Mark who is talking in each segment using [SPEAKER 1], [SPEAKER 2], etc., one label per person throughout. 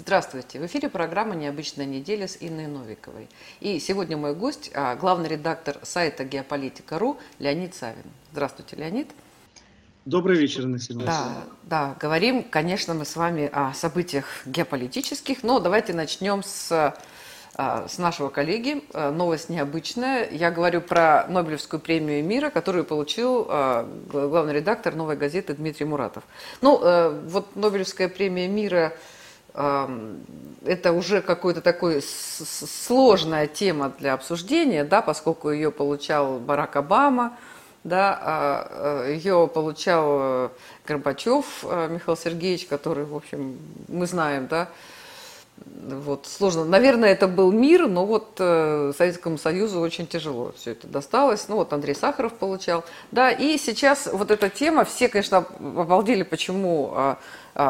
[SPEAKER 1] Здравствуйте! В эфире программа «Необычная неделя» с Инной Новиковой. И сегодня мой гость, главный редактор сайта Геополитика.ру Леонид Савин. Здравствуйте, Леонид.
[SPEAKER 2] Добрый вечер, Инна Семеновна.
[SPEAKER 1] Да, говорим, конечно, мы с вами о событиях геополитических, но давайте начнем с нашего коллеги. Новость необычная. Я говорю про Нобелевскую премию мира, которую получил главный редактор «Новой газеты» Дмитрий Муратов. Вот Нобелевская премия мира это уже какая-то такая сложная тема для обсуждения, да, поскольку ее получал Барак Обама, да, ее получал Горбачев Михаил Сергеевич, который, в общем, мы знаем, да, вот сложно. Наверное, это был мир, но вот Советскому Союзу очень тяжело все это досталось. Ну вот Андрей Сахаров получал, да, и сейчас вот эта тема, все, конечно, обалдели, почему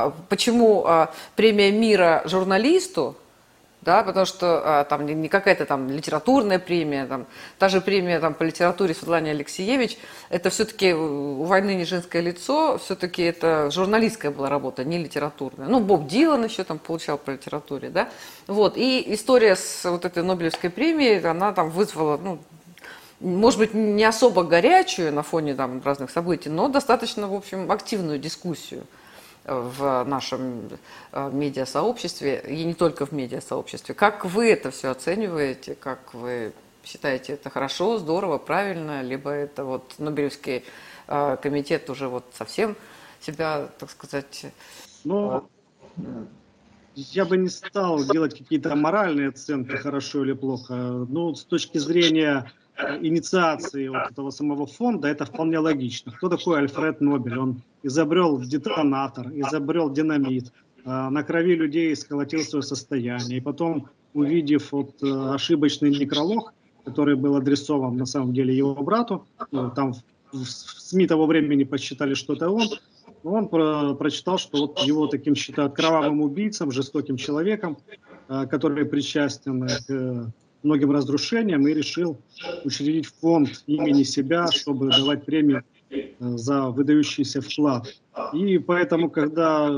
[SPEAKER 1] премия мира журналисту, да, потому что там не какая-то там литературная премия, там, та же премия там, по литературе Светлане Алексеевич, это все-таки «У войны не женское лицо», все-таки это журналистская была работа, не литературная. Ну, Боб Дилан еще там получал по литературе, да. Вот, и история с вот этой Нобелевской премией, она там вызвала, ну, может быть, не особо горячую на фоне там разных событий, но достаточно, в общем, активную дискуссию в нашем медиасообществе, и не только в медиасообществе. Как вы это все оцениваете? Как вы считаете, это хорошо, здорово, правильно? Либо это вот Нобелевский комитет уже вот совсем себя, так сказать...
[SPEAKER 2] Ну, я бы не стал делать какие-то моральные оценки, хорошо или плохо. Но с точки зрения инициации вот этого самого фонда, это вполне логично. Кто такой Альфред Нобель? Он изобрел детонатор, изобрел динамит, на крови людей сколотил свое состояние. И потом, увидев вот ошибочный некролог, который был адресован на самом деле его брату, там в СМИ того времени посчитали, что это он прочитал, что вот его таким считают кровавым убийцем, жестоким человеком, который причастен к многим разрушениям, и решил учредить фонд имени себя, чтобы давать премию за выдающийся вклад. И поэтому, когда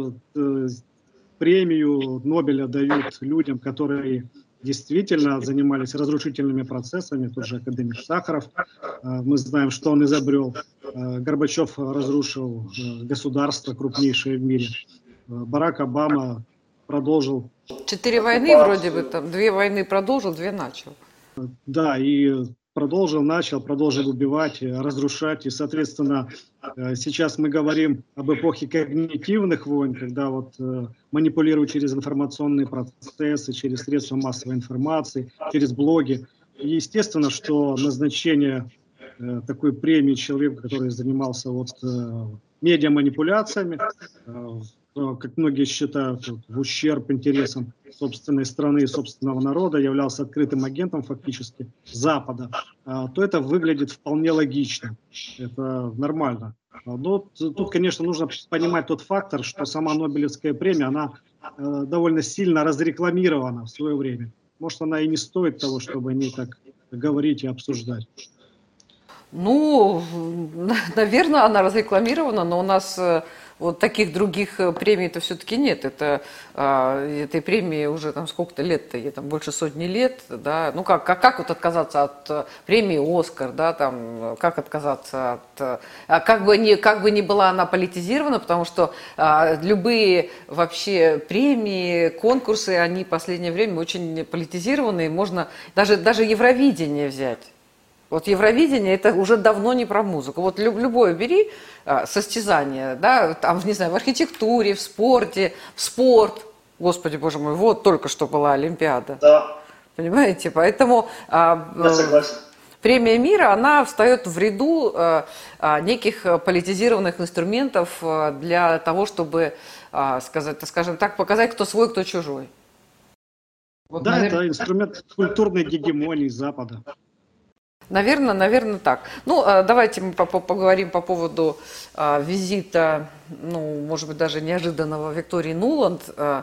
[SPEAKER 2] премию Нобеля дают людям, которые действительно занимались разрушительными процессами, тот же академик Сахаров, мы знаем, что он изобрел. Горбачев разрушил государство крупнейшее в мире. Барак Обама продолжил.
[SPEAKER 1] 4 войны вроде бы, там 2 войны продолжил, 2 начал.
[SPEAKER 2] Да, и продолжил убивать, разрушать. И, соответственно, сейчас мы говорим об эпохе когнитивных войн, когда вот манипулируют через информационные процессы, через средства массовой информации, через блоги. И естественно, что назначение такой премии человеку, который занимался вот медиаманипуляциями, как многие считают, в ущерб интересам собственной страны и собственного народа, являлся открытым агентом фактически Запада, то это выглядит вполне логично. Это нормально. Но тут, конечно, нужно понимать тот фактор, что сама Нобелевская премия, она довольно сильно разрекламирована в свое время. Может, она и не стоит того, чтобы о ней так говорить и обсуждать.
[SPEAKER 1] Ну, наверное, она разрекламирована, но у нас вот таких других премий-то все-таки нет. Этой премии уже там сколько-то лет-то, ей там больше 100 лет, да. Ну как вот отказаться от премии «Оскар», да, там, как отказаться от... Как бы ни была она политизирована, потому что любые вообще премии, конкурсы, они в последнее время очень политизированы, можно даже Евровидение взять. Вот Евровидение это уже давно не про музыку. Вот любое бери состязание, да, там, не знаю, в архитектуре, в спорте, в спорт. Господи, боже мой, вот только что была Олимпиада.
[SPEAKER 3] Да.
[SPEAKER 1] Понимаете? Поэтому премия мира, она встает в ряду неких политизированных инструментов для того, чтобы, скажем так, показать, кто свой, кто чужой.
[SPEAKER 2] Вот, да, наверное... это инструмент культурной гегемонии Запада.
[SPEAKER 1] Наверное, так. Ну, давайте мы поговорим по поводу визита, ну, может быть, даже неожиданного Виктории Нуланд.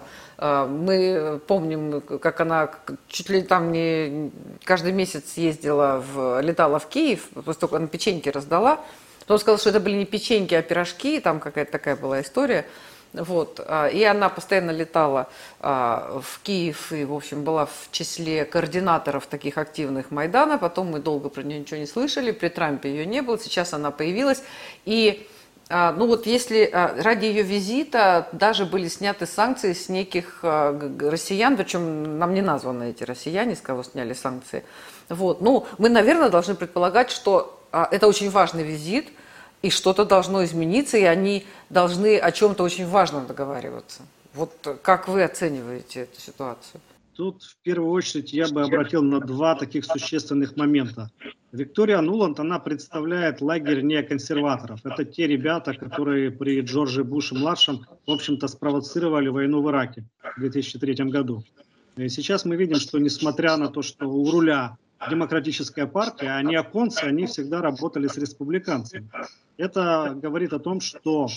[SPEAKER 1] Мы помним, как она чуть ли там не каждый месяц летала в Киев, после того, как она печеньки раздала. Потом сказала, что это были не печеньки, а пирожки, там какая-то такая была история. Вот. И она постоянно летала в Киев и, в общем, была в числе координаторов таких активных Майдана. Потом мы долго про нее ничего не слышали, при Трампе ее не было, сейчас она появилась. И ну вот если ради ее визита даже были сняты санкции с неких россиян, причем нам не названы эти россияне, с кого сняли санкции. Вот. Ну, мы, наверное, должны предполагать, что это очень важный визит, и что-то должно измениться, и они должны о чем-то очень важном договариваться. Вот как вы оцениваете эту ситуацию?
[SPEAKER 2] Тут в первую очередь я бы обратил на два таких существенных момента. Виктория Нуланд, она представляет лагерь неоконсерваторов. Это те ребята, которые при Джордже Буше-младшем, в общем-то, спровоцировали войну в Ираке в 2003 году. И сейчас мы видим, что несмотря на то, что у руля демократическая партия, а неоконцы, они всегда работали с республиканцами. Это говорит о том, что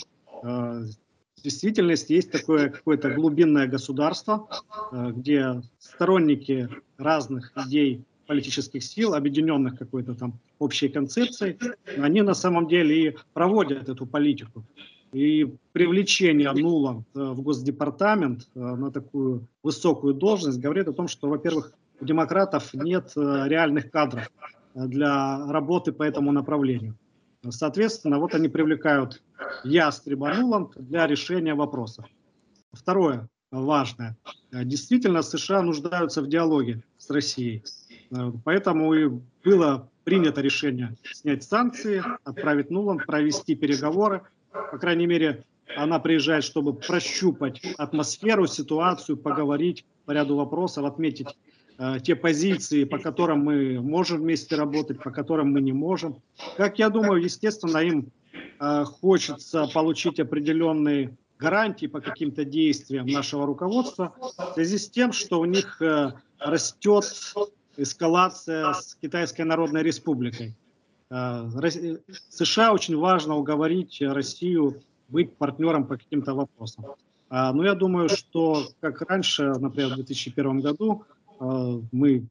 [SPEAKER 2] в действительности есть такое какое-то глубинное государство, где сторонники разных идей политических сил, объединенных какой-то там общей концепцией, они на самом деле и проводят эту политику. И привлечение Нуланд в Госдепартамент на такую высокую должность говорит о том, что, во-первых, у демократов нет реальных кадров для работы по этому направлению. Соответственно, вот они привлекают ястреба Нуланд для решения вопросов. Второе важное. Действительно, США нуждаются в диалоге с Россией. Поэтому и было принято решение снять санкции, отправить Нуланд, провести переговоры. По крайней мере, она приезжает, чтобы прощупать атмосферу, ситуацию, поговорить по ряду вопросов, отметить те позиции, по которым мы можем вместе работать, по которым мы не можем. Как я думаю, естественно, им хочется получить определенные гарантии по каким-то действиям нашего руководства в связи с тем, что у них растет эскалация с Китайской Народной Республикой. США очень важно уговорить Россию быть партнером по каким-то вопросам. Но я думаю, что как раньше, например, в 2001 году, мы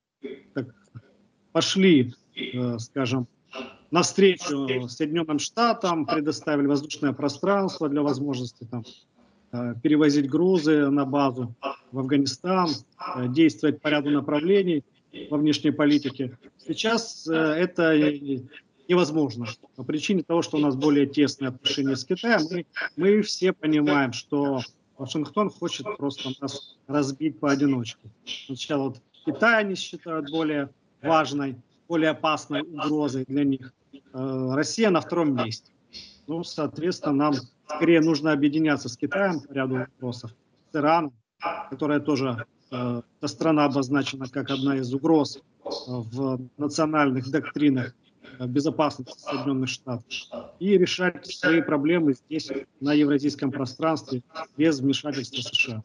[SPEAKER 2] пошли, скажем, навстречу Соединенным Штатам, предоставили воздушное пространство для возможности там, перевозить грузы на базу в Афганистан, действовать по ряду направлений во внешней политике. Сейчас это невозможно. По причине того, что у нас более тесные отношения с Китаем, мы все понимаем, что Вашингтон хочет просто нас разбить поодиночке. Сначала вот Китай они считают более важной, более опасной угрозой для них. Россия на втором месте. Ну, соответственно, нам скорее нужно объединяться с Китаем по ряду вопросов, с Ираном, которая тоже эта страна обозначена как одна из угроз в национальных доктринах безопасности Соединенных Штатов, и решать свои проблемы здесь, на евразийском пространстве, без вмешательства США.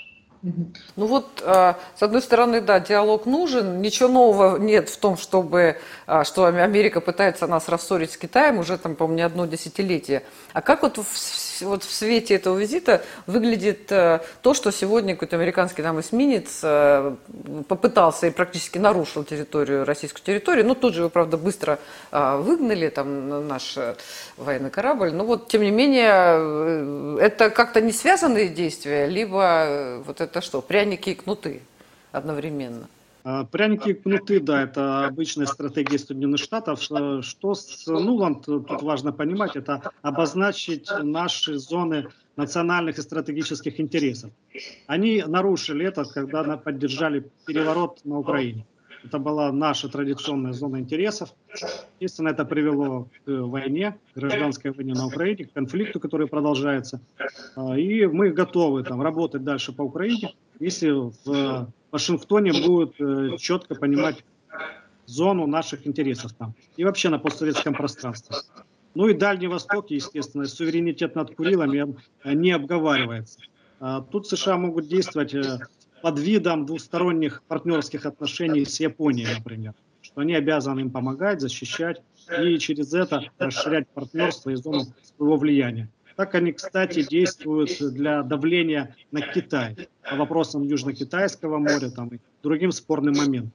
[SPEAKER 1] Ну вот, с одной стороны, да, диалог нужен. Ничего нового нет в том, что Америка пытается нас рассорить с Китаем уже, там, по-моему, не одно десятилетие. А как вот в свете этого визита выглядит то, что сегодня какой-то американский там эсминец попытался и практически нарушил российскую территорию. Ну, тут же его, правда, быстро выгнали, там, наш военный корабль. Но вот, тем не менее, это как-то не связанные действия, либо вот это что, пряники и кнуты одновременно?
[SPEAKER 2] Пряники и кнуты, да, это обычная стратегия Соединенных Штатов. Что с Нуланд, тут важно понимать, это обозначить наши зоны национальных и стратегических интересов. Они нарушили это, когда поддержали переворот на Украине. Это была наша традиционная зона интересов. Естественно, это привело к войне, гражданской войне на Украине, к конфликту, который продолжается. И мы готовы там работать дальше по Украине, если в Вашингтоне будут четко понимать зону наших интересов там. И вообще на постсоветском пространстве. Ну и Дальний Восток, естественно, суверенитет над Курилами не обговаривается. Тут США могут действовать под видом двусторонних партнерских отношений с Японией, например. Что они обязаны им помогать, защищать и через это расширять партнерство и зону своего влияния. Так они, кстати, действуют для давления на Китай по вопросам Южно-Китайского моря там, и другим спорным моментам.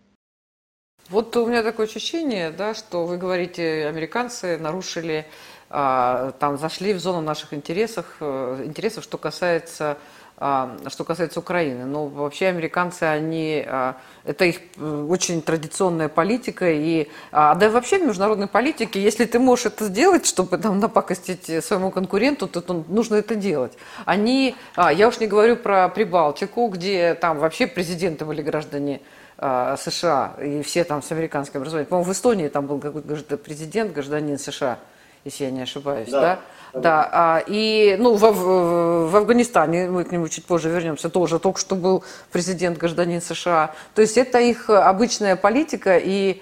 [SPEAKER 1] Вот у меня такое ощущение, да, что вы говорите, американцы нарушили там зашли в зону наших интересов, что касается Украины. Но вообще американцы, это их очень традиционная политика. Да и вообще в международной политике, если ты можешь это сделать, чтобы там напакостить своему конкуренту, то нужно это делать. Я уж не говорю про Прибалтику, где там вообще президенты были граждане США, и все там с американским образованием. По-моему, в Эстонии там был какой-то президент, гражданин США, если я не ошибаюсь, да? Да, в Афганистане, мы к нему чуть позже вернемся, тоже только что был президент, гражданин США. То есть это их обычная политика, и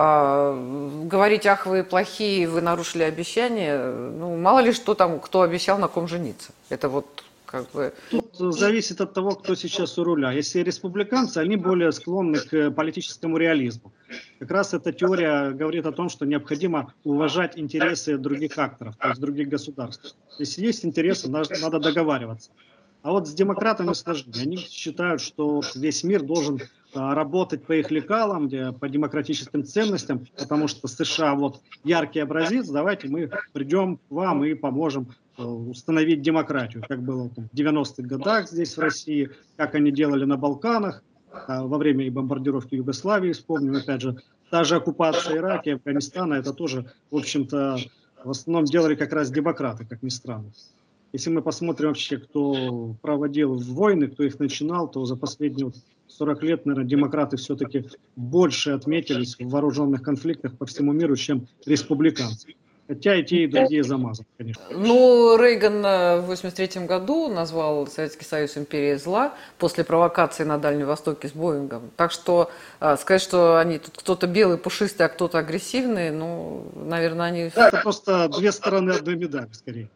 [SPEAKER 1] говорить, ах, вы плохие, вы нарушили обещания, мало ли что там, кто обещал на ком жениться. Это вот как бы...
[SPEAKER 2] Тут зависит от того, кто сейчас у руля. Если республиканцы, они более склонны к политическому реализму. Как раз эта теория говорит о том, что необходимо уважать интересы других акторов, то есть других государств. Если есть интересы, надо договариваться. А вот с демократами сложнее. Они считают, что весь мир должен работать по их лекалам, по демократическим ценностям, потому что США вот яркий образец, давайте мы придем к вам и поможем установить демократию, как было в 90-х годах здесь в России, как они делали на Балканах, во время бомбардировки Югославии, вспомним, опять же, та же оккупация Ирака и Афганистана, это тоже, в общем-то, в основном делали как раз демократы, как ни странно. Если мы посмотрим вообще, кто проводил войны, кто их начинал, то за последние 40 лет, наверное, демократы все-таки больше отметились в вооруженных конфликтах по всему миру, чем республиканцы. Хотя и те, и другие замазаны, конечно.
[SPEAKER 1] Рейган в 1983 году назвал Советский Союз империей зла после провокации на Дальнем Востоке с Боингом. Так что сказать, что они тут кто-то белый, пушистый, а кто-то агрессивный, наверное, они...
[SPEAKER 2] Да, это просто две стороны одной медали, скорее.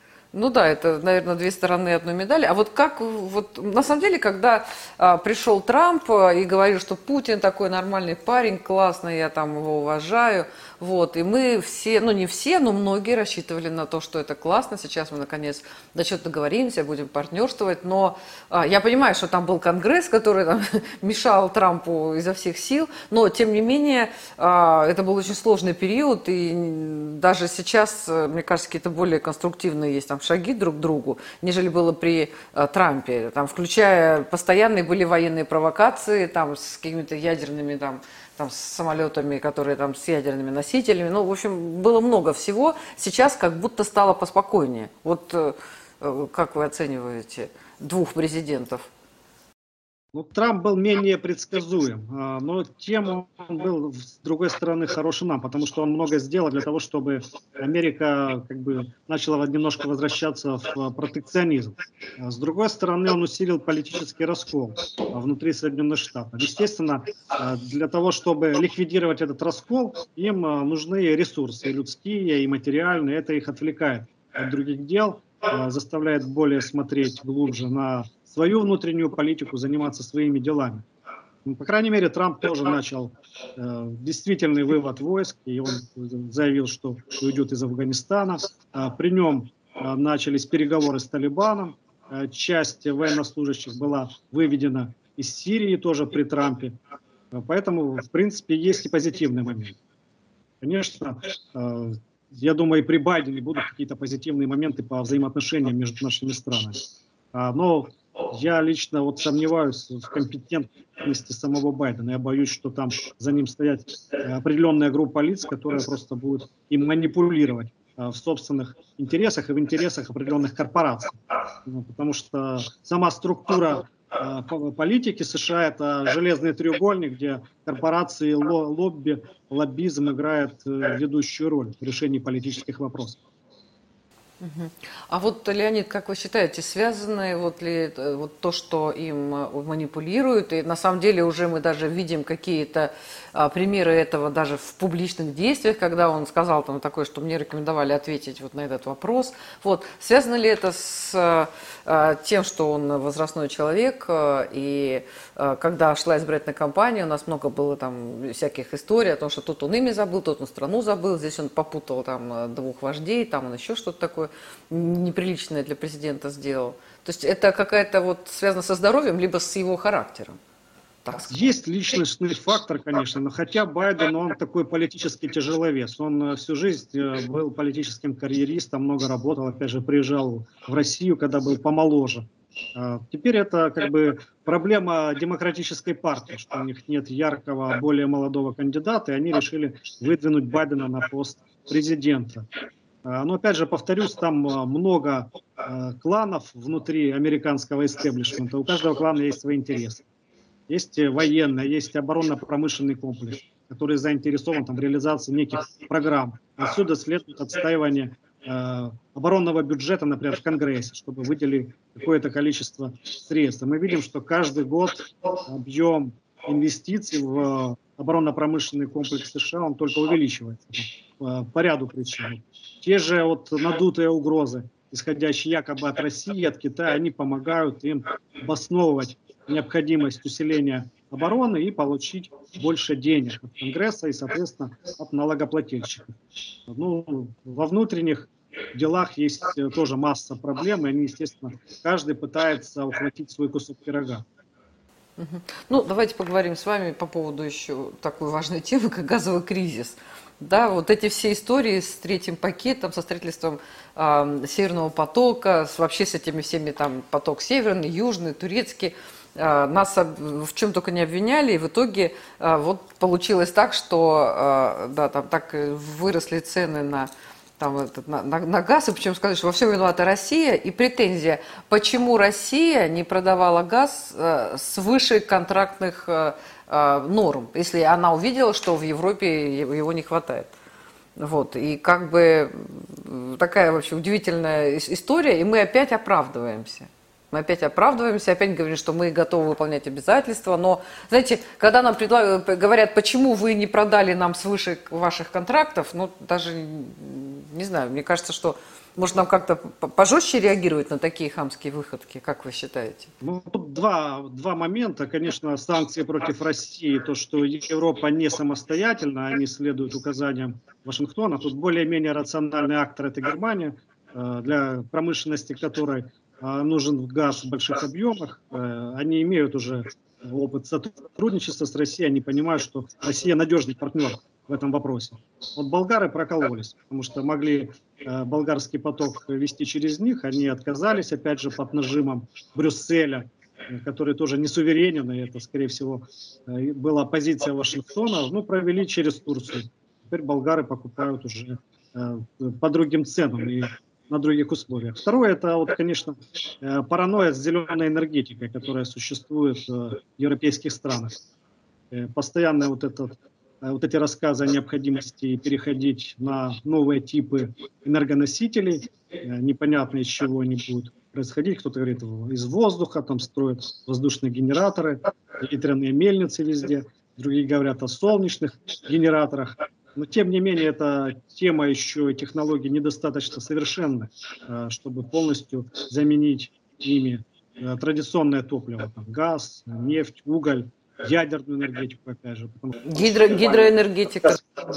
[SPEAKER 1] Это, наверное, две стороны одной медали. А на самом деле, когда пришел Трамп и говорил, что Путин такой нормальный парень, классный, я там его уважаю, и мы все, не все, но многие рассчитывали на то, что это классно, сейчас мы, наконец, до чего-то договоримся, будем партнерствовать, но я понимаю, что там был Конгресс, который там мешал Трампу изо всех сил, но, тем не менее, это был очень сложный период, и даже сейчас, мне кажется, какие-то более конструктивные есть там шаги друг к другу, нежели было при Трампе, там, включая постоянные были военные провокации, там, с какими-то ядерными, там, с самолетами, которые там с ядерными носителями, в общем, было много всего, сейчас как будто стало поспокойнее. Как вы оцениваете двух президентов?
[SPEAKER 2] Трамп был менее предсказуем, но тем он был, с другой стороны, хороший нам, потому что он много сделал для того, чтобы Америка начала немножко возвращаться в протекционизм. С другой стороны, он усилил политический раскол внутри Соединенных Штатов. Естественно, для того, чтобы ликвидировать этот раскол, им нужны ресурсы, и людские, и материальные, это их отвлекает от других дел, заставляет более смотреть глубже на свою внутреннюю политику, заниматься своими делами. По крайней мере, Трамп тоже начал действительный вывод войск, и он заявил, что уйдет из Афганистана. При нем начались переговоры с Талибаном. Часть военнослужащих была выведена из Сирии тоже при Трампе. Поэтому, в принципе, есть и позитивный момент. Конечно, я думаю, и при Байдене будут какие-то позитивные моменты по взаимоотношениям между нашими странами. Но я лично сомневаюсь в компетентности самого Байдена. Я боюсь, что там за ним стоят определенная группа лиц, которая просто будет им манипулировать в собственных интересах и в интересах определенных корпораций. Потому что сама структура политики США — это железный треугольник, где корпорации, лоббизм играет ведущую роль в решении политических вопросов.
[SPEAKER 1] А Леонид, как вы считаете, связано ли то, что им манипулируют, и на самом деле уже мы даже видим какие-то примеры этого даже в публичных действиях, когда он сказал там такое, что мне рекомендовали ответить на этот вопрос. Связано ли это с тем, что он возрастной человек, и когда шла избирательная кампания, у нас много было там всяких историй о том, что тут он имя забыл, тут он страну забыл, здесь он попутал там двух вождей, там он еще что-то такое неприличное для президента сделал. То есть это какая-то связано со здоровьем, либо с его характером. так сказать.
[SPEAKER 2] Есть личностный фактор, конечно, но хотя Байден, он такой политический тяжеловес. Он всю жизнь был политическим карьеристом, много работал, опять же, приезжал в Россию, когда был помоложе. Теперь это как бы проблема демократической партии, что у них нет яркого, более молодого кандидата, и они решили выдвинуть Байдена на пост президента. Но опять же, повторюсь, там много кланов внутри американского истеблишмента. У каждого клана есть свои интересы. Есть военная, есть оборонно-промышленный комплекс, который заинтересован в реализации неких программ. Отсюда следует отстаивание оборонного бюджета, например, в Конгрессе, чтобы выделили какое-то количество средств. Мы видим, что каждый год объем инвестиций в оборонно-промышленный комплекс США, он только увеличивается по ряду причин. Те же вот надутые угрозы, исходящие якобы от России, от Китая, они помогают им обосновывать необходимость усиления обороны и получить больше денег от Конгресса и, соответственно, от налогоплательщиков. Ну, во внутренних делах есть тоже масса проблем, и они, естественно, каждый пытается ухватить свой кусок пирога.
[SPEAKER 1] Ну, давайте поговорим с вами по поводу еще такой важной темы, как газовый кризис. Да, вот эти все истории с третьим пакетом, со строительством Северного потока, вообще с этими всеми там поток северный, южный, турецкий, нас в чем только не обвиняли, и в итоге вот получилось так, что да, там так выросли цены на газ, и причем сказали, что во всем виновата Россия, и претензия, почему Россия не продавала газ свыше контрактных норм, если она увидела, что в Европе его не хватает. Вот, и как бы такая вообще удивительная история, и мы опять оправдываемся. Мы опять оправдываемся, опять говорим, что мы готовы выполнять обязательства, но, знаете, когда нам говорят, почему вы не продали нам свыше ваших контрактов, ну, даже, не знаю, мне кажется, что может нам как-то пожестче реагировать на такие хамские выходки, как вы считаете?
[SPEAKER 2] Ну, тут два момента. Конечно, санкции против России, то, что Европа не самостоятельна, они следуют указаниям Вашингтона. Тут более-менее рациональный актор – это Германия, для промышленности которой нужен газ в больших объемах. Они имеют уже опыт сотрудничества с Россией, они понимают, что Россия надежный партнер в этом вопросе. Вот болгары прокололись, потому что могли болгарский поток вести через них, они отказались, опять же, под нажимом Брюсселя, который тоже не суверенен, и это, скорее всего, была позиция Вашингтона, ну, провели через Турцию. Теперь болгары покупают уже по другим ценам и на других условиях. Второе, это, вот, конечно, паранойя с зеленой энергетикой, которая существует в европейских странах. Постоянно вот эти рассказы о необходимости переходить на новые типы энергоносителей, непонятно из чего они будут происходить. Кто-то говорит, из воздуха, там строят воздушные генераторы, ветряные мельницы везде. Другие говорят о солнечных генераторах. Но, тем не менее, эта тема еще технологий недостаточно совершенна, чтобы полностью заменить ими традиционное топливо, там, газ, нефть, уголь, ядерную энергетику, опять же.
[SPEAKER 1] Гидроэнергетика.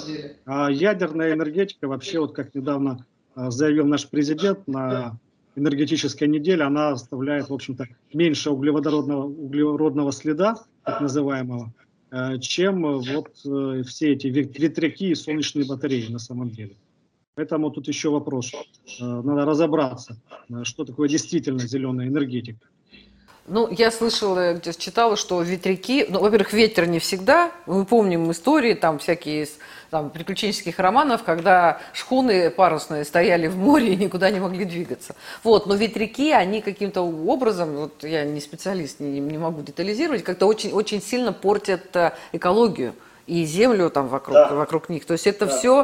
[SPEAKER 2] Ядерная энергетика вообще, вот как недавно заявил наш президент на энергетической неделе, она оставляет, в общем-то, меньше углеродного следа, так называемого, чем вот все эти ветряки и солнечные батареи на самом деле. Поэтому тут еще вопрос. Надо разобраться, что такое действительно зеленая энергетика.
[SPEAKER 1] Ну, я слышала, где читала, что ветряки, ну, во-первых, ветер не всегда. Мы помним истории, там всякие из приключенческих романов, когда шхуны парусные стояли в море и никуда не могли двигаться. Вот, но ветряки, они каким-то образом, вот я не специалист, не могу детализировать, как-то очень, очень сильно портят экологию и землю там вокруг них. То есть это все,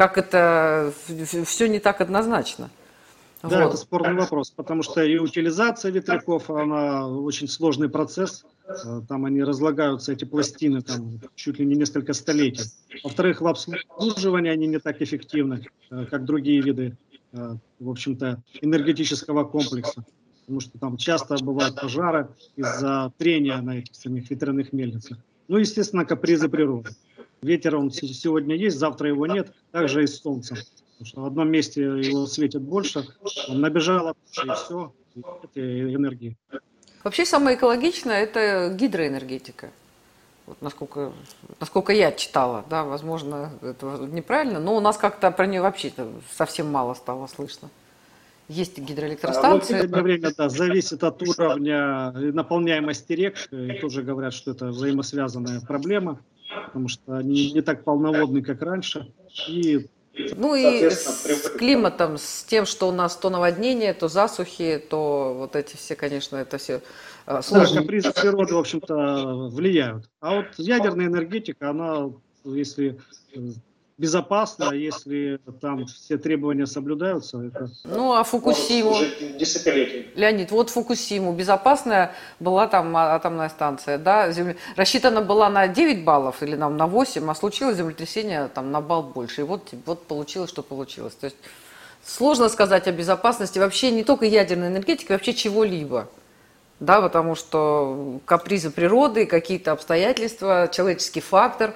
[SPEAKER 1] все не так однозначно.
[SPEAKER 2] Да, вот. Это спорный вопрос, потому что и утилизация ветряков, она очень сложный процесс. Там они разлагаются, эти пластины, там, чуть ли не несколько столетий. Во-вторых, в обслуживании они не так эффективны, как другие виды, в общем-то, энергетического комплекса. Потому что там часто бывают пожары из-за трения на этих самих ветряных мельницах. Ну, естественно, капризы природы. Ветер, он сегодня есть, завтра его нет, также и с солнцем. Потому что в одном месте его светит больше, он набежал, и все, и энергии.
[SPEAKER 1] Вообще самое экологичное – это гидроэнергетика. Вот насколько я читала, да, возможно, это неправильно, но у нас как-то про нее вообще совсем мало стало слышно. Есть
[SPEAKER 2] Ну, в
[SPEAKER 1] гидроэлектростанции.
[SPEAKER 2] последнее время, да, зависит от уровня наполняемости рек. И тоже говорят, что это взаимосвязанная проблема, потому что они не так полноводны, как раньше. И,
[SPEAKER 1] Ну и
[SPEAKER 2] соответственно,
[SPEAKER 1] с климатом, с тем, что у нас то наводнения, то засухи, то вот эти все, конечно, это все
[SPEAKER 2] да,
[SPEAKER 1] сложно.
[SPEAKER 2] капризы природы, в общем-то, влияют. А вот ядерная энергетика, она, если безопасна, если там все требования соблюдаются, это
[SPEAKER 1] Ну, а
[SPEAKER 2] может
[SPEAKER 1] Фукусиму,
[SPEAKER 2] служить десятилетиями.
[SPEAKER 1] Леонид, вот Фукусиму, безопасная была там атомная станция, да, рассчитана была на 9 баллов или на 8, а случилось землетрясение там на балл больше, и вот получилось, что получилось. То есть сложно сказать о безопасности вообще не только ядерной энергетики, вообще чего-либо. Да, потому что капризы природы, какие-то обстоятельства, человеческий фактор,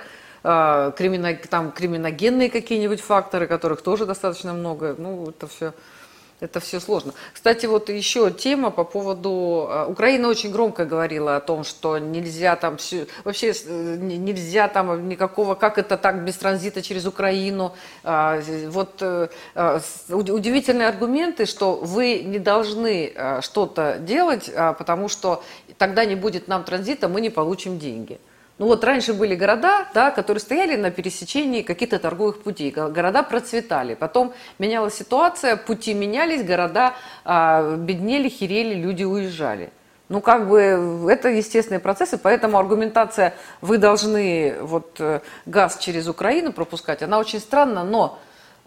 [SPEAKER 1] там криминогенные какие-нибудь факторы, которых тоже достаточно много. Ну, это все сложно. Кстати, вот еще тема по поводу... Украина очень громко говорила о том, что нельзя там... Вообще нельзя там никакого... Как это так без транзита через Украину? Вот удивительные аргументы, что вы не должны что-то делать, потому что тогда не будет нам транзита, мы не получим деньги. Ну вот раньше были города, да, которые стояли на пересечении каких-то торговых путей, города процветали, потом менялась ситуация, пути менялись, города беднели, херели, люди уезжали. Ну как бы это естественные процессы, поэтому аргументация «вы должны вот газ через Украину пропускать», она очень странна, но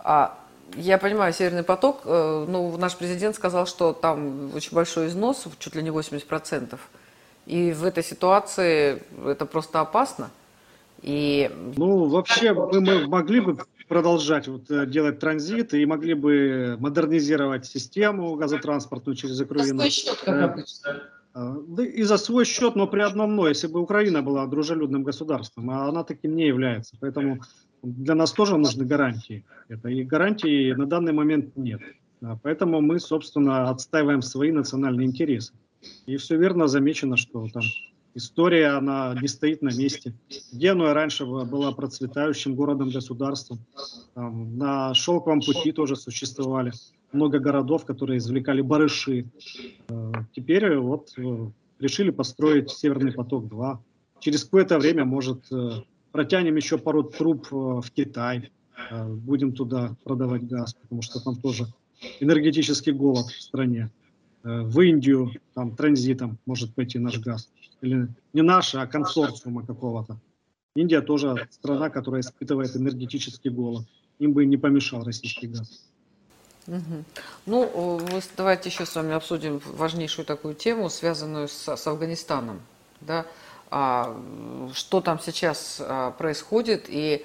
[SPEAKER 1] я понимаю, Северный поток, ну наш президент сказал, что там очень большой износ, чуть ли не 80%. И в этой ситуации это просто опасно. И...
[SPEAKER 2] Ну, вообще, мы могли бы продолжать делать транзит и могли бы модернизировать систему газотранспортную через Украину. За свой счет, как обычно. Да и за свой счет, но при одном но, если бы Украина была дружелюбным государством, а она таким не является. Поэтому для нас тоже нужны гарантии. И гарантий на данный момент нет. Поэтому мы, собственно, отстаиваем свои национальные интересы. И все верно замечено, что там история, она не стоит на месте. Генуя раньше была процветающим городом-государством. На шелковом пути тоже существовали много городов, которые извлекали барыши. Теперь вот решили построить Северный поток-2. Через какое-то время, может, протянем еще пару труб в Китай. Будем туда продавать газ, потому что там тоже энергетический голод в стране. В Индию там транзитом может пойти наш газ. Или не наш, а консорциума какого-то. Индия тоже страна, которая испытывает энергетический голод. Им бы не помешал российский газ.
[SPEAKER 1] Угу. Ну, давайте еще с вами обсудим важнейшую такую тему, связанную с Афганистаном. Да? Что там сейчас происходит, и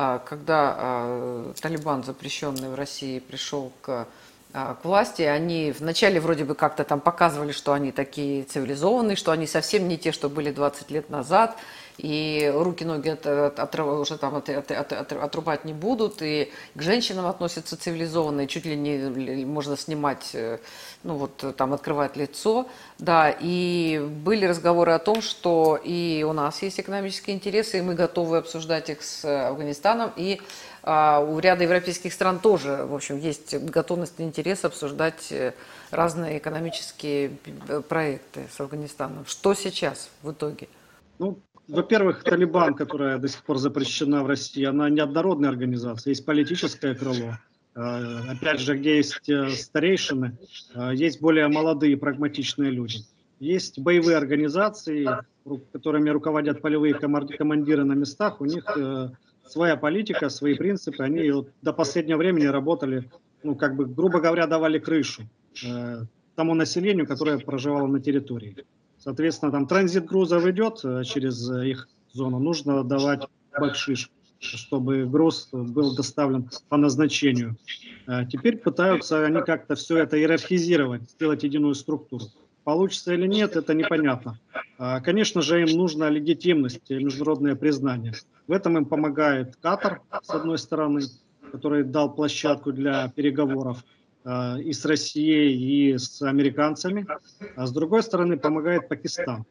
[SPEAKER 1] когда Талибан, запрещенный в России, пришел к власти, они вначале вроде бы как-то там показывали, что они такие цивилизованные, что они совсем не те, что были 20 лет назад, и руки-ноги уже там отрубать не будут, и к женщинам относятся цивилизованно, и чуть ли не можно снимать, ну вот там открывать лицо, да, и были разговоры о том, что и у нас есть экономические интересы, и мы готовы обсуждать их с Афганистаном, и у ряда европейских стран тоже, в общем, есть готовность и интерес обсуждать разные экономические проекты с Афганистаном. Что сейчас в итоге?
[SPEAKER 2] Ну, во-первых, Талибан, которая до сих пор запрещена в России, она неоднородная организация, есть политическое крыло. Опять же, где есть старейшины, есть более молодые прагматичные люди. Есть боевые организации, которыми руководят полевые командиры на местах, у них своя политика, свои принципы, они вот до последнего времени работали, ну, как бы, грубо говоря, давали крышу тому населению, которое проживало на территории. Соответственно, там транзит грузов идет через их зону, нужно давать бакшиш, чтобы груз был доставлен по назначению. Теперь пытаются они как-то все это иерархизировать, сделать единую структуру. Получится или нет, это непонятно. Конечно же, им нужна легитимность и международное признание. В этом им помогает Катар, с одной стороны, который дал площадку для переговоров и с Россией, и с американцами. А с другой стороны, помогает Пакистан.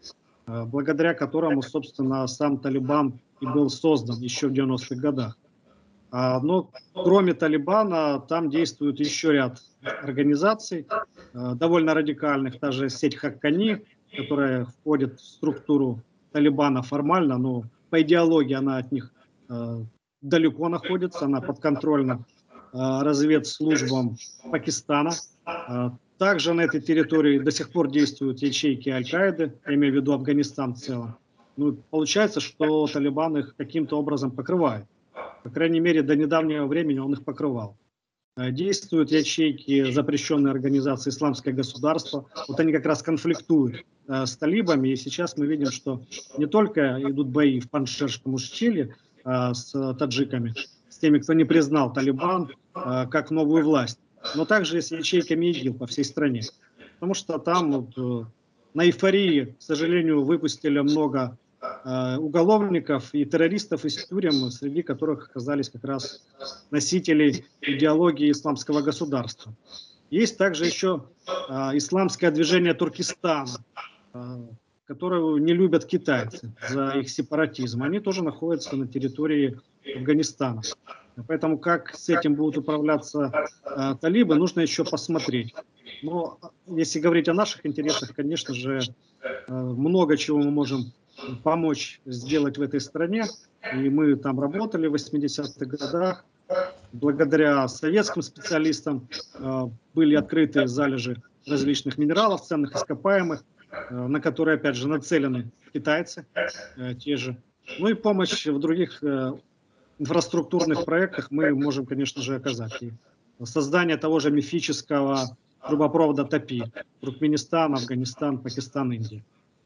[SPEAKER 2] благодаря которому, собственно, сам Талибан и был создан еще в 90-х годах. Но кроме Талибана там действует еще ряд организаций, довольно радикальных, та же сеть Хаккани, которая входит в структуру Талибана формально, но по идеологии она от них далеко находится, она подконтрольна разведслужбам Пакистана. Также на этой территории до сих пор действуют ячейки Аль-Каиды, я имею в виду Афганистан в целом. Ну, получается, что Талибан их каким-то образом покрывает. По крайней мере, до недавнего времени он их покрывал. Действуют ячейки запрещенной организации «Исламское государство». Вот они как раз конфликтуют с талибами. И сейчас мы видим, что не только идут бои в Паншерском ущелье с таджиками, с теми, кто не признал Талибан как новую власть, но также и с ячейками ИГИЛ по всей стране. Потому что там вот, на эйфории, к сожалению, выпустили много уголовников и террористов из тюрем, среди которых оказались как раз носители идеологии исламского государства. Есть также еще исламское движение Туркестана, которое не любят китайцы за их сепаратизм. Они тоже находятся на территории Афганистана. Поэтому как с этим будут управляться талибы, нужно еще посмотреть. Но если говорить о наших интересах, конечно же, много чего мы можем помочь сделать в этой стране. И мы там работали в 80-х годах. Благодаря советским специалистам были открыты залежи различных минералов, ценных ископаемых, на которые, опять же, нацелены китайцы, те же. Ну и помощь в других инфраструктурных проектах мы можем, конечно же, оказать. И создание того же мифического трубопровода ТАПИ. Туркменистан, Афганистан, Пакистан, Индия.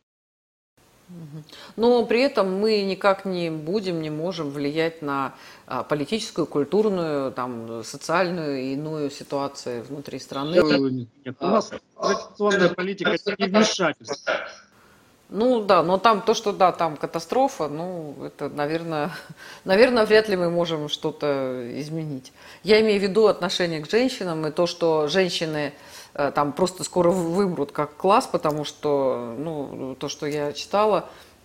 [SPEAKER 1] Но при этом мы никак не будем, не можем влиять на политическую, культурную, там, социальную и иную ситуацию внутри страны.
[SPEAKER 2] Нет, у нас традиционная политика – это не вмешательство.
[SPEAKER 1] Ну да, но там то, что да, там катастрофа, ну это, наверное, вряд ли мы можем что-то изменить. Я имею в виду отношение к женщинам и то, что женщины там просто скоро вымрут как класс, потому что, ну, то, что я читала,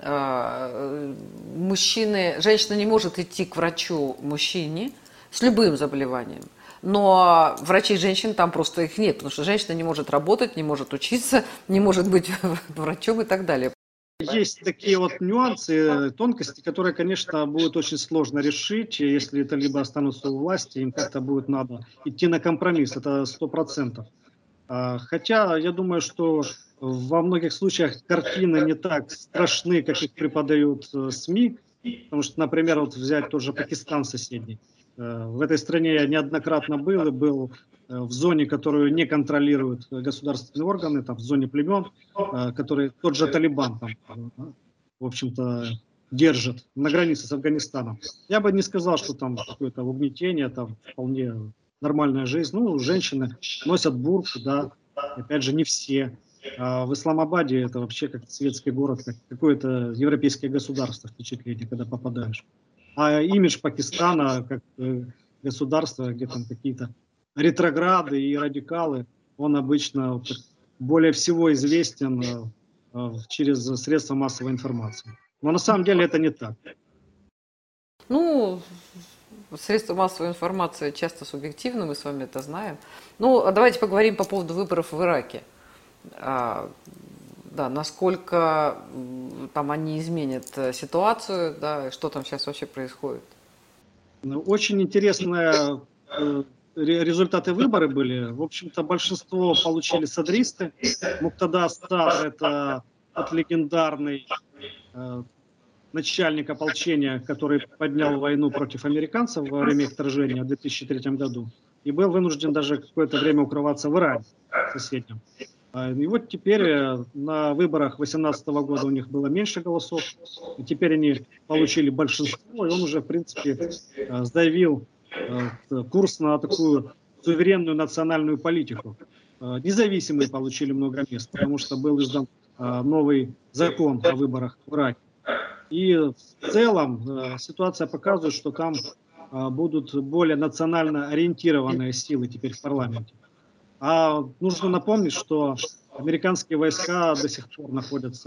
[SPEAKER 1] женщина не может идти к врачу мужчине с любым заболеванием. Но врачей женщин там просто их нет, потому что женщина не может работать, не может учиться, не может быть врачом и так далее.
[SPEAKER 2] Есть такие вот нюансы, тонкости, которые, конечно, будет очень сложно решить, если талибы останутся у власти, им как-то будет надо идти на компромисс, это 100%. Хотя я думаю, что во многих случаях картины не так страшны, как их преподают СМИ, потому что, например, вот взять тот же Пакистан соседний. В этой стране я неоднократно был, и был в зоне, которую не контролируют государственные органы, там, в зоне племен, которые тот же Талибан там, в общем-то, держит на границе с Афганистаном. Я бы не сказал, что там какое-то угнетение, там вполне нормальная жизнь. Ну, женщины носят бурку, да, опять же, не все. А в Исламабаде это вообще как светский город, как какое-то европейское государство, впечатление, когда попадаешь. А имидж Пакистана как государства, где там какие-то ретрограды и радикалы, он обычно более всего известен через средства массовой информации. Но на самом деле это не так.
[SPEAKER 1] Ну, средства массовой информации часто субъективны, мы с вами это знаем. Ну, а давайте поговорим по поводу выборов в Ираке. Да, насколько там они изменят ситуацию, да, что там сейчас вообще происходит?
[SPEAKER 2] Очень интересные результаты выборов были. В общем-то, большинство получили садристы. Муктада Садр – это тот легендарный начальник ополчения, который поднял войну против американцев во время их вторжения в 2003 году. И был вынужден даже какое-то время укрываться в Иране соседнем. И вот теперь на выборах 2018 года у них было меньше голосов, и теперь они получили большинство, и он уже, в принципе, заявил курс на такую суверенную национальную политику. Независимые получили много мест, потому что был издан новый закон о выборах в Ираке. И в целом ситуация показывает, что там будут более национально ориентированные силы теперь в парламенте. А нужно напомнить, что американские войска до сих пор находятся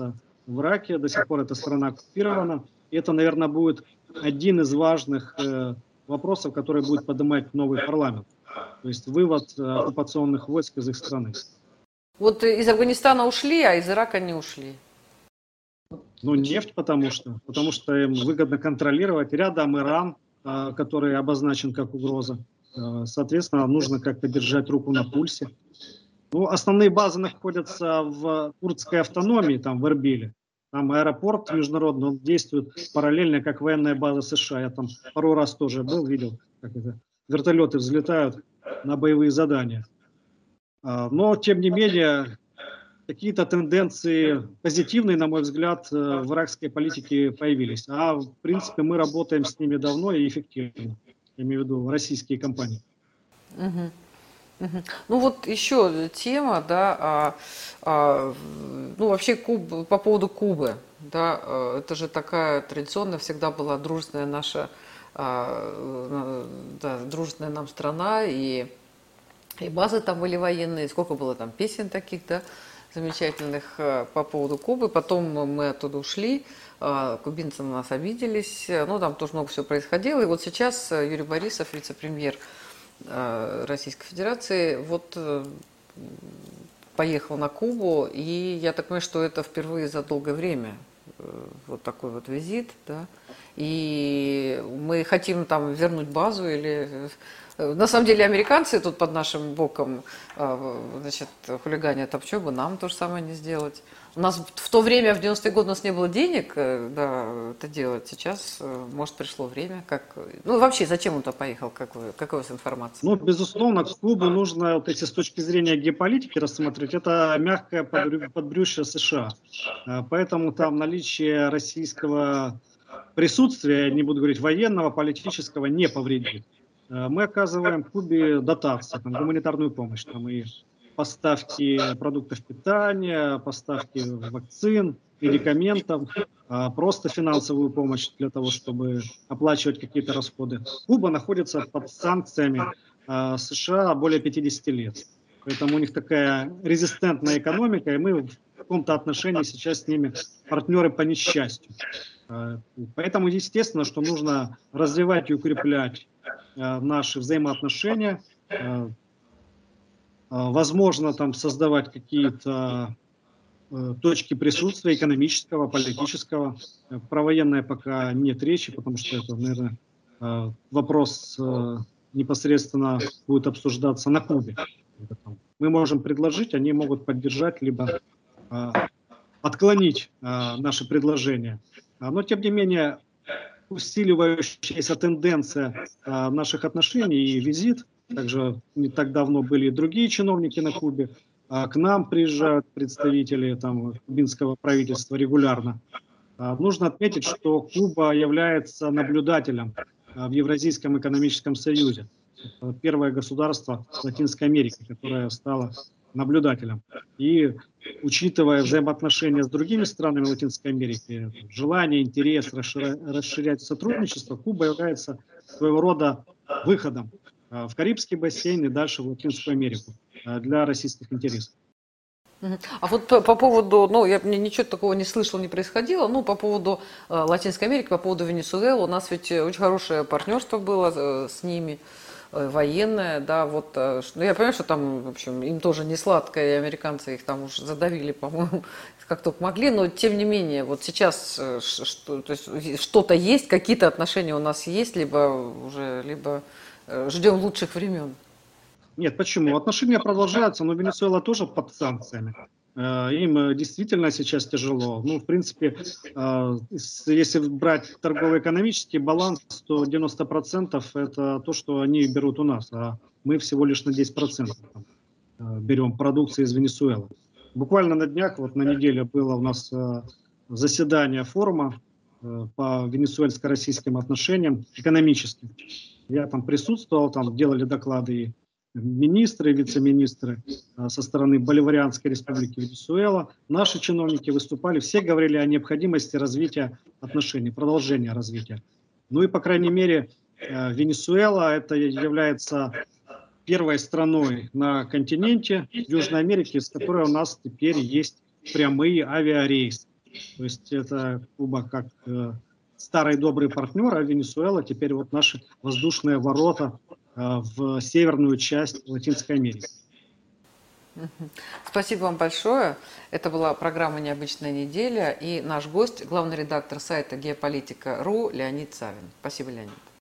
[SPEAKER 2] в Ираке, до сих пор эта страна оккупирована. И это, наверное, будет один из важных вопросов, который будет поднимать новый парламент. То есть вывод оккупационных войск из их страны.
[SPEAKER 1] Вот из Афганистана ушли, а из Ирака не ушли.
[SPEAKER 2] Ну, нефть потому что им выгодно контролировать. Рядом Иран, который обозначен как угроза. Соответственно, нужно как-то держать руку на пульсе. Ну, основные базы находятся в курдской автономии, там в Эрбиле. Там аэропорт международный, он действует параллельно, как военная база США. Я там пару раз тоже был, видел, как это, вертолеты взлетают на боевые задания. Но, тем не менее, какие-то тенденции позитивные, на мой взгляд, в иракской политике появились. А, в принципе, мы работаем с ними давно и эффективно. Я имею в виду российские компании.
[SPEAKER 1] Мгм. Мгм. Ну вот еще тема, да, ну вообще по поводу Кубы, да, это же такая традиционная всегда была дружественная наша, да, дружественная нам страна, и базы там были военные, сколько было там песен таких, да, замечательных по поводу Кубы, потом мы оттуда ушли, кубинцы на нас обиделись, ну там тоже много всего происходило, и вот сейчас Юрий Борисов, вице-премьер Российской Федерации, вот поехал на Кубу, и я так понимаю, что это впервые за долгое время вот такой вот визит, да, и мы хотим там вернуть базу или... На самом деле американцы тут под нашим боком, значит, хулиганят, а почему бы нам то же самое не сделать? У нас в то время, в 90-е годы, у нас не было денег, да, это делать. Сейчас, может, пришло время. Ну, вообще, зачем он туда поехал? Какая у вас информация?
[SPEAKER 2] Ну, безусловно, Кубу нужно, вот если с точки зрения геополитики рассмотреть, это мягкое подбрюшье США. Поэтому там наличие российского присутствия, не буду говорить военного, политического, не повредит. Мы оказываем Кубе дотации, там, гуманитарную помощь, там и поставки продуктов питания, поставки вакцин, медикаментов, просто финансовую помощь для того, чтобы оплачивать какие-то расходы. Куба находится под санкциями США более 50 лет. Поэтому у них такая резистентная экономика, и мы в каком-то отношении сейчас с ними партнеры по несчастью. Поэтому естественно, что нужно развивать и укреплять наши взаимоотношения, возможно, там создавать какие-то точки присутствия экономического, политического. Про военное пока нет речи, потому что это, наверное, вопрос непосредственно будет обсуждаться на Кубе. Мы можем предложить, они могут поддержать, либо отклонить наши предложения. Но, тем не менее, усиливающаяся тенденция наших отношений и визит, также не так давно были и другие чиновники на Кубе, к нам приезжают представители там, кубинского правительства регулярно. Нужно отметить, что Куба является наблюдателем в Евразийском экономическом союзе. Это первое государство Латинской Америки, которое стало наблюдателем. И учитывая взаимоотношения с другими странами Латинской Америки, желание, интерес расширять сотрудничество, Куба является своего рода выходом в Карибский бассейн и дальше в Латинскую Америку для российских интересов.
[SPEAKER 1] А вот по поводу, ну, я ничего такого не слышала, не происходило, ну, по поводу Латинской Америки, по поводу Венесуэлы, у нас ведь очень хорошее партнерство было с ними, военное, да, вот, ну, я понимаю, что там, в общем, им тоже не сладко, и американцы их там уже задавили, по-моему, как только могли, но тем не менее, вот сейчас то есть, что-то есть, какие-то отношения у нас есть, либо ждем лучших времен.
[SPEAKER 2] Нет, почему? Отношения продолжаются, но Венесуэла тоже под санкциями. Им действительно сейчас тяжело. Ну, в принципе, если брать торгово-экономический баланс, то 90% это то, что они берут у нас, а мы всего лишь на 10% берем продукции из Венесуэлы. Буквально на днях, вот на неделе было у нас заседание форума по венесуэльско-российским отношениям экономическим. Я там присутствовал, там делали доклады и министры, вице-министры со стороны Боливарианской республики Венесуэла. Наши чиновники выступали, все говорили о необходимости развития отношений, продолжения развития. Ну и, по крайней мере, Венесуэла это является первой страной на континенте Южной Америки, с которой у нас теперь есть прямые авиарейсы. То есть это Куба как старый добрый партнер, а Венесуэла теперь вот наши воздушные ворота в северную часть Латинской Америки.
[SPEAKER 1] Спасибо вам большое. Это была программа «Необычная неделя» и наш гость, главный редактор сайта Геополитика.ру Леонид Савин. Спасибо, Леонид.